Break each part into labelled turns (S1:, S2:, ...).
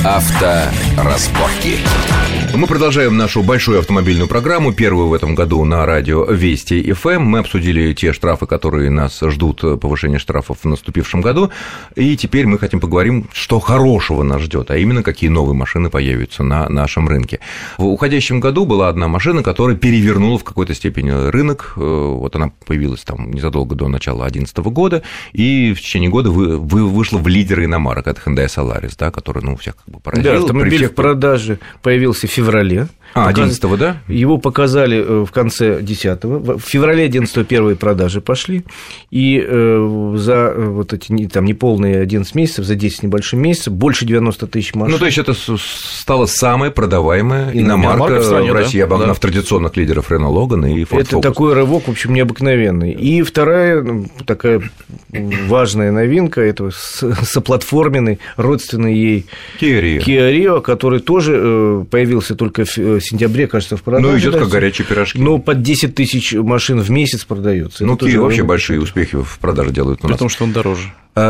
S1: Авторазборки. Мы продолжаем нашу большую автомобильную программу, первую в этом году на радио Вести ФМ. Мы обсудили те штрафы, которые нас ждут, повышение штрафов в наступившем году. И теперь мы хотим поговорить, что хорошего нас ждет, а именно какие новые машины появятся на нашем рынке. В уходящем году была одна машина, которая перевернула в какой-то степени рынок. Вот она появилась там незадолго до начала 2011 года, и в течение года вышла в лидеры иномарок. Это Hyundai Solaris, да, который, всех как бы поразил.
S2: Да, автомобиль в продаже появился в феврале.
S1: 11-го, да?
S2: Его показали в конце 10-го. В феврале 11-го первые продажи пошли. И за вот эти там неполные 11 месяцев, за 10 небольших месяцев, больше 90 тысяч машин.
S1: То есть это стала самая продаваемая иномарка в России, да? Обогнав традиционных лидеров Renault Logan и Ford Focus.
S2: Это такой рывок, в общем, необыкновенный. И вторая такая важная новинка, это соплатформенный, родственный ей Kia Rio, который тоже появился только в сентябре, кажется, в продаже.
S1: Идет как горячие пирожки.
S2: Под 10 тысяч машин в месяц продается.
S1: Kia вообще большие успехи в продаже делают у нас.
S3: Потому что он дороже.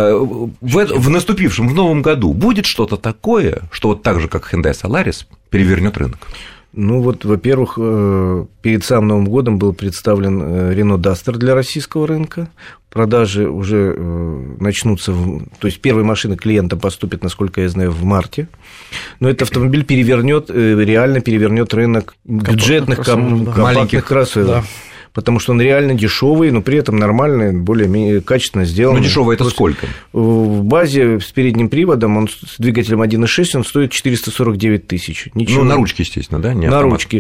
S1: В наступившем, в новом году будет что-то такое, что вот так же, как Hyundai Solaris, перевернет рынок?
S2: Во-первых, перед самым Новым годом был представлен Renault Duster для российского рынка. Продажи уже начнутся, то есть первые машины клиентам поступят, насколько я знаю, в марте. Но этот автомобиль реально перевернет рынок бюджетных компактных кроссоверов. Да. Потому что он реально дешевый, но при этом нормальный, более-менее качественно сделан.
S1: Дешевый это сколько?
S2: В базе с передним приводом, он с двигателем 1.6, он стоит 449 тысяч.
S1: На ручке, естественно, да?
S2: На ручке.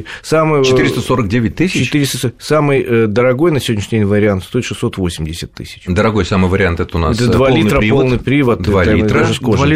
S1: 449 тысяч?
S2: Самый дорогой на сегодняшний день вариант стоит 680 тысяч.
S1: Дорогой самый вариант это у нас
S2: это 2 литра полный привод.
S3: 2 литра. 2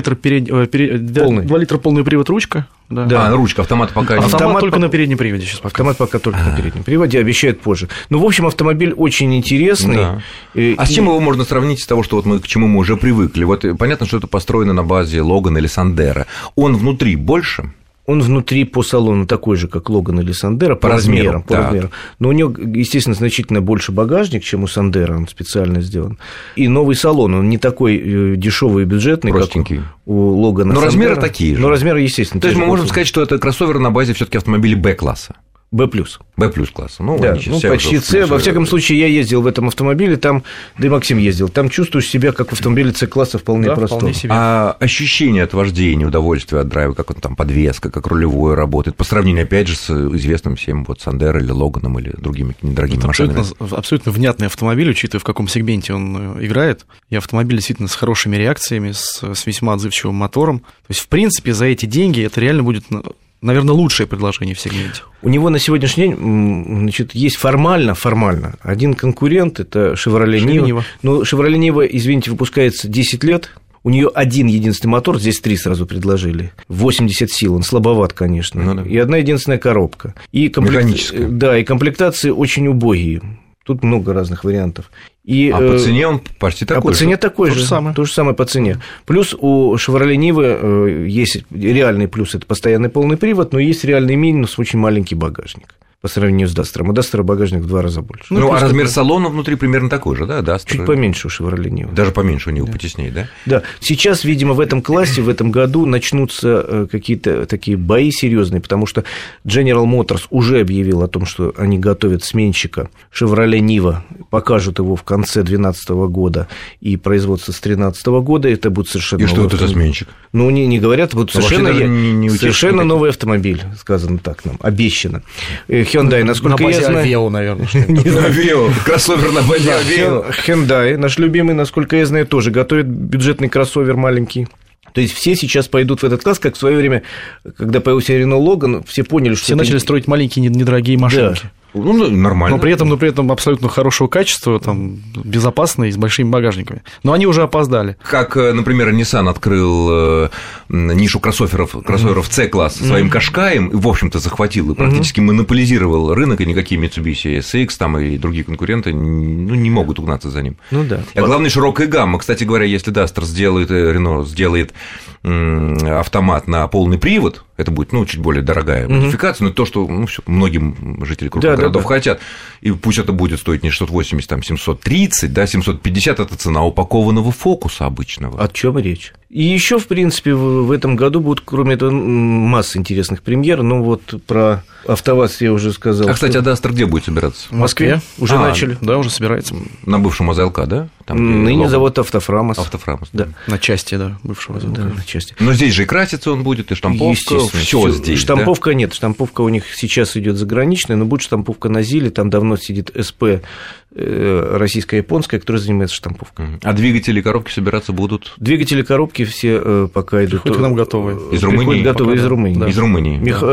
S3: литра полный привод ручка.
S1: Да. Ручка, автомат пока не.
S3: Автомат только на переднем приводе сейчас пока.
S2: Автомат пока только на переднем приводе, обещают позже. В общем, автомобиль очень интересный.
S1: Да. А с чем его можно сравнить с того, что к чему мы уже привыкли? Понятно, что это построено на базе Logan или Sandero. Он внутри больше?
S2: Он внутри по салону такой же, как Logan или Sandero, по размерам. Но у него, естественно, значительно больше багажник, чем у Sandero, он специально сделан. И новый салон, он не такой дешевый и бюджетный,
S1: простенький,
S2: как у Logan.
S1: Но размеры такие же.
S2: Но размеры, естественно.
S1: То есть мы можем сказать, что это кроссовер на базе все-таки автомобилей Б-класса.
S2: Б+.
S1: Б+класса.
S2: Почти С. Во всяком случае, я ездил в этом автомобиле, там, да и Максим ездил, там чувствуешь себя, как в автомобиле С-класса, вполне простом.
S1: А ощущение от вождения, удовольствие от драйва, как он там, подвеска, как рулевое работает, по сравнению, опять же, с известным всем Sandero или Логаном или другими недорогими машинами?
S3: Абсолютно внятный автомобиль, учитывая, в каком сегменте он играет. И автомобиль действительно с хорошими реакциями, с весьма отзывчивым мотором. То есть, в принципе, за эти деньги это реально будет, наверное, лучшее предложение в сегменте.
S2: У него на сегодняшний день, есть формально один конкурент, это Chevrolet Niva. Но Chevrolet Niva, извините, выпускается 10 лет. У нее один единственный мотор, здесь 3 сразу предложили, 80 сил, он слабоват, конечно, и одна единственная коробка.
S1: Механическая.
S2: Да, и комплектации очень убогие. Тут много разных вариантов.
S1: По цене он почти такой же.
S2: По цене такой же. То же самое по цене. Плюс у Chevrolet Niva есть реальный плюс, это постоянный полный привод, но есть реальный минус, очень маленький багажник по сравнению с Duster. У Duster багажник в 2 раза больше.
S1: А размер салона внутри примерно такой же, да? Duster?
S2: Чуть поменьше у Chevrolet Niva.
S1: Даже поменьше у него, потеснее, да?
S2: Да. Сейчас, видимо, в этом классе, в этом году начнутся какие-то такие бои серьезные, потому что General Motors уже объявил о том, что они готовят сменщика Chevrolet Niva, покажут его в конце 2012 года и производство с 2013 года. Это будет совершенно...
S1: И что это за сменщик?
S2: Не говорят, будет совершенно новый автомобиль, сказано так нам, обещано. Hyundai, насколько я знаю...
S3: Aveo, наверное.
S1: Aveo, кроссовер на базе Aveo.
S2: Hyundai, наш любимый, насколько я знаю, тоже готовит бюджетный кроссовер маленький. То есть все сейчас пойдут в этот класс, как в свое время, когда появился Renault Logan, все поняли, что...
S3: Все начали строить маленькие недорогие машинки.
S2: Да.
S1: Нормально.
S3: Но при этом абсолютно хорошего качества, безопасные и с большими багажниками. Но они уже опоздали.
S1: Как, например, Nissan открыл нишу кроссоверов C-класса своим Qashqai'ем и, в общем-то, захватил и практически монополизировал рынок, и никакие Mitsubishi SX и другие конкуренты не могут угнаться за ним. А главное, широкая гамма. Кстати говоря, если Duster Renault сделает автомат на полный привод, Это будет, чуть более дорогая модификация, но то, что многим жители крупных городов хотят. И пусть это будет стоить не 680, там 730, да, 750 – это цена упакованного фокуса обычного.
S2: О чем речь? И еще, в принципе, в этом году будут, кроме этого, масса интересных премьер. Про АвтоВАЗ я уже сказал.
S1: Кстати, Дастер где будет собираться?
S3: В Москве.
S2: Уже начали.
S3: Да, уже собирается.
S1: На бывшем АЗЛК, да?
S2: Ныне завод Автофрамос.
S1: Да.
S3: На части, да, бывшего АЗЛК.
S2: Да, на части.
S1: Но здесь же и краситься он будет, и штамповка, все здесь.
S2: Штамповка нет, штамповка у них сейчас идет заграничная, но будет штамповка на ЗИЛе, там давно сидит СП российско-японская, которая занимается штамповкой.
S1: А двигатели и коробки собираться будут?
S2: Двигатели и коробки все пока идут.
S3: Приходят к нам готовые.
S1: Из Румынии?
S2: Готовые из Румынии.
S1: Да. Из Румынии.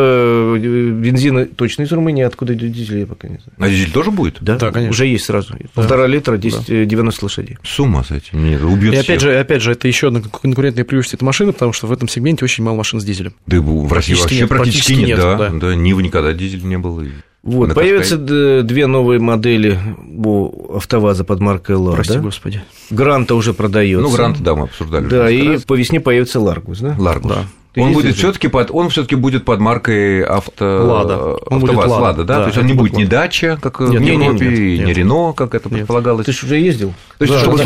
S2: Бензин точно из Румынии, откуда идет дизель, я пока не знаю.
S1: А дизель тоже будет?
S2: Да,
S3: конечно.
S2: Уже есть сразу. 1,5 литра, 90 лошадей.
S1: С ума с этим. Нет, убьет
S3: и
S1: всех.
S3: опять же, это еще одно конкурентное преимущество этой машины, потому что в этом сегменте очень мало машин с дизелем.
S1: Да, в России вообще практически нет. Да, Нивы никогда дизель не было.
S2: Вот, появятся две новые модели у АвтоВАЗа под маркой «Ла».
S3: Прости, господи.
S2: Гранта уже продается.
S1: Гранта, да, мы обсуждали.
S2: Да, и по весне появится Ларгус, да?
S1: Ларгус.
S3: Да.
S1: Он все-таки будет под маркой
S3: Лада.
S1: АвтоВАЗ, Лада, да? То есть он не будет ни Дача, как в Европе, ни Рено, как это предполагалось.
S2: Ты же уже ездил?
S1: То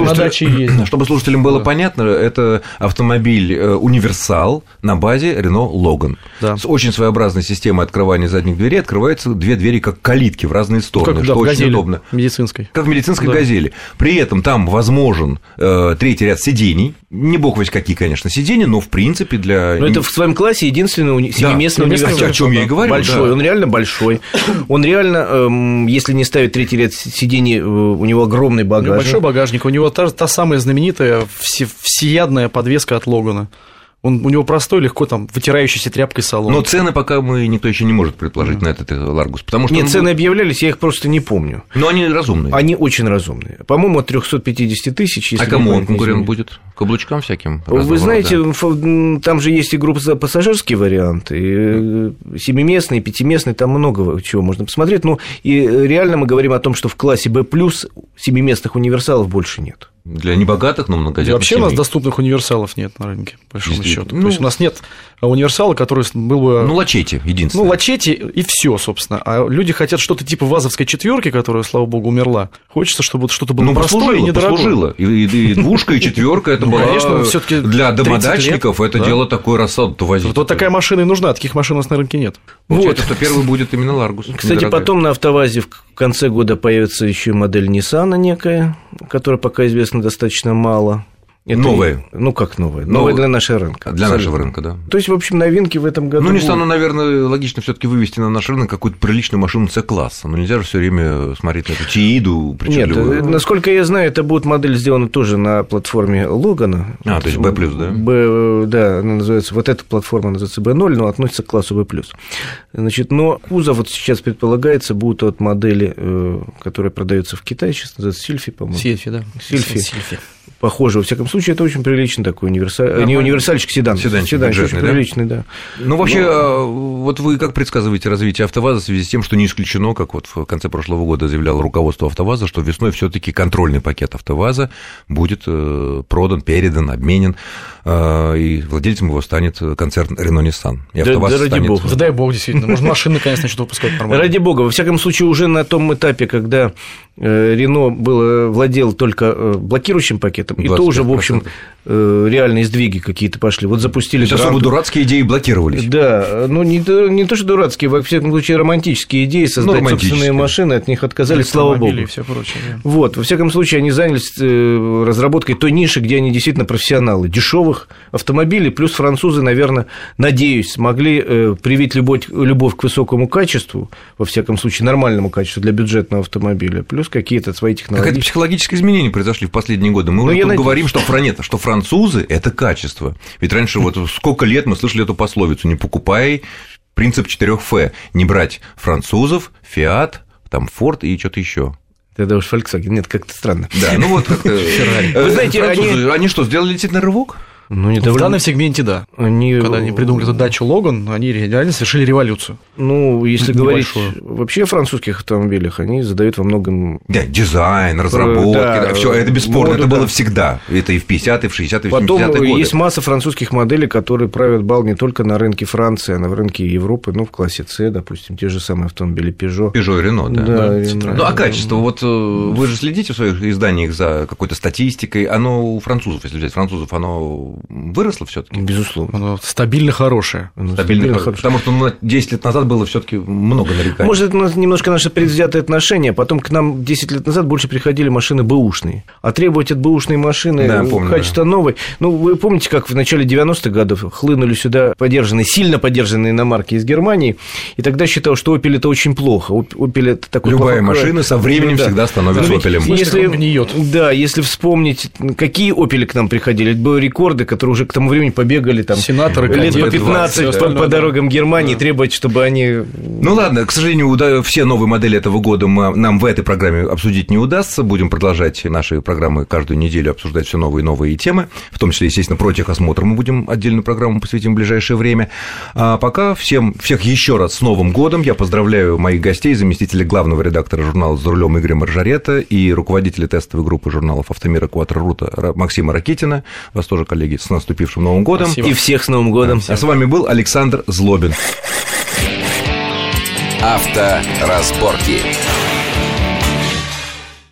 S1: есть, чтобы слушателям было понятно, это автомобиль универсал на базе Рено Логан. С очень своеобразной системой открывания задних дверей. Открываются две двери как калитки в разные стороны, что очень удобно.
S3: Медицинской.
S1: Как в медицинской «Газели». При этом там возможен третий ряд сидений. Не бог весть какие, конечно, сиденья, но в принципе для...
S2: Но это в своем классе единственный семиместный универсал.
S1: О чем я и говорю.
S2: Большой, да. Он реально большой. Он реально, если не ставить третий ряд сидений, у него огромный багажник.
S3: Большой багажник, у него та самая знаменитая всеядная подвеска от Логана. У него простой, легко там вытирающийся тряпкой салон.
S1: Но цены пока никто еще не может предположить на этот Ларгус, потому что...
S2: Нет, цены объявлялись, я их просто не помню.
S1: Но они разумные.
S2: Они очень разумные. По-моему, от 350 тысяч.
S1: А кому он конкурент будет? Каблучкам всяким?
S2: Вы знаете, там же есть и группа пассажирский вариант, и семиместный, и пятиместный, там много чего можно посмотреть. Ну, и реально мы говорим о том, что в классе B+, семиместных универсалов больше нет.
S1: Для небогатых, но многодетных
S3: вообще
S1: семей.
S3: У нас доступных универсалов нет на рынке, по большому счету. То есть у нас нет универсала, который был бы...
S1: Лачетти, единственное.
S3: Лачетти и все, собственно. А люди хотят что-то типа ВАЗовской четверки, которая, слава богу, умерла. Хочется, чтобы что-то было простое и недорогое.
S1: Послужило. И двушка, и четверка это была для домодачников, это дело такое рассаду возить.
S3: Вот такая машина и нужна, таких машин у нас на рынке нет.
S1: Получается, что первый будет именно Ларгус.
S2: Кстати, потом на АвтоВАЗе в конце года появится еще модель Nissan некая, которая пока известна достаточно мало. Это
S1: новая.
S2: Как новая? Новая для нашего рынка.
S1: Для нашего рынка, да.
S2: То есть, в общем, новинки в этом году.
S1: Nissan, наверное, логично все-таки вывести на наш рынок какую-то приличную машину С-класса. Но нельзя же все время смотреть на эту Тииду причудливую.
S2: Нет, насколько я знаю, это будет модель сделана тоже на платформе Логана.
S1: То есть B+, да?
S2: Да, она называется, вот эта платформа называется B0, но относится к классу B+. Значит, но кузов вот сейчас предполагается будут от модели, которая продается в Китае, сейчас называется Сильфи, по-моему.
S3: Сильфи.
S2: Похоже, во всяком случае, это очень приличный такой не универсальчик, седанчик очень приличный, да.
S1: Ну, вообще, вот вы как предсказываете развитие АвтоВАЗа в связи с тем, что не исключено, как вот в конце прошлого года заявляло руководство АвтоВАЗа, что весной все-таки контрольный пакет АвтоВАЗа будет продан, передан, обменен, и владельцем его станет концерн Renault-Nissan.
S2: Да ради бога.
S3: Да дай бог, действительно. Может, машины наконец начнут выпускать нормально.
S2: Ради бога. Во всяком случае, уже на том этапе, когда Renault владел только блокирующим пакетом, и то уже, в общем, реальные сдвиги какие-то пошли. Вот запустили
S1: Сейчас особо дурацкие идеи блокировались.
S2: Да, ну не то, что дурацкие, во всяком случае, романтические идеи, создать собственные машины, от них отказались, слава богу.
S3: И все прочее, да.
S2: Вот, во всяком случае, они занялись разработкой той ниши, где они действительно профессионалы, дешевых автомобилей, плюс французы, наверное, надеюсь, смогли привить любовь к высокому качеству, во всяком случае, нормальному качеству для бюджетного автомобиля, плюс какие-то свои технологии.
S1: Какие-то психологические изменения произошли в последние годы. Мы уже говорим, что французы – это качество. Ведь раньше вот сколько лет мы слышали эту пословицу: не покупай, принцип 4F, не брать французов, Фиат, там Форд и что-то еще.
S2: Тогда уж Volkswagen, нет, как-то странно.
S1: Да, ну вот как-то.
S2: Вы знаете,
S1: они что, сделали действительно рывок?
S3: В данном сегменте, да. Когда они придумали эту дачу Логан, они реально совершили революцию.
S2: Ну, если говорить вообще о французских автомобилях, они задают во многом...
S1: Да, дизайн, разработки, все это бесспорно, это было всегда. Это и в 50-е, в 60-е, в 70-е годы.
S2: Потом есть масса французских моделей, которые правят бал не только на рынке Франции, а на рынке Европы, в классе С, допустим, те же самые автомобили Peugeot.
S1: Peugeot и Renault, да.
S2: Да.
S1: Ну, а качество, вот вы же следите в своих изданиях за какой-то статистикой, оно у французов, если взять французов, оно выросло все-таки?
S2: Безусловно.
S3: Оно стабильно хорошее.
S1: Стабильно хорошее. Потому что 10 лет назад было все-таки много нареканий.
S2: Может, это немножко наше предвзятое отношение. Потом к нам 10 лет назад больше приходили машины бэушные. А требовать от бэушной машины качества новой. Ну, вы помните, как в начале 90-х годов хлынули сюда сильно подержанные иномарки из Германии, и тогда считал, что Opel это очень плохо. Opel это такой
S1: любая машина со временем всегда становится Opel.
S2: Если вспомнить, какие Opel к нам приходили, это были рекорды, которые уже к тому времени побегали там
S3: Сенаторы,
S2: лет по 15 по дорогам Германии, требовать, чтобы они...
S1: Ну ладно, к сожалению, все новые модели этого года нам в этой программе обсудить не удастся. Будем продолжать наши программы каждую неделю, обсуждать все новые и новые темы, в том числе, естественно, про техосмотр мы будем отдельную программу посвятим в ближайшее время. А пока всех еще раз с Новым годом. Я поздравляю моих гостей, заместителя главного редактора журнала «За рулем» Игоря Маржарета и руководителя тестовой группы журналов «Автомира Кватрорута» Максима Ракитина. Вас тоже, коллеги, с наступившим Новым годом.
S3: Спасибо.
S2: И всех с Новым годом.
S1: А с вами был Александр Злобин.
S4: Авторазборки.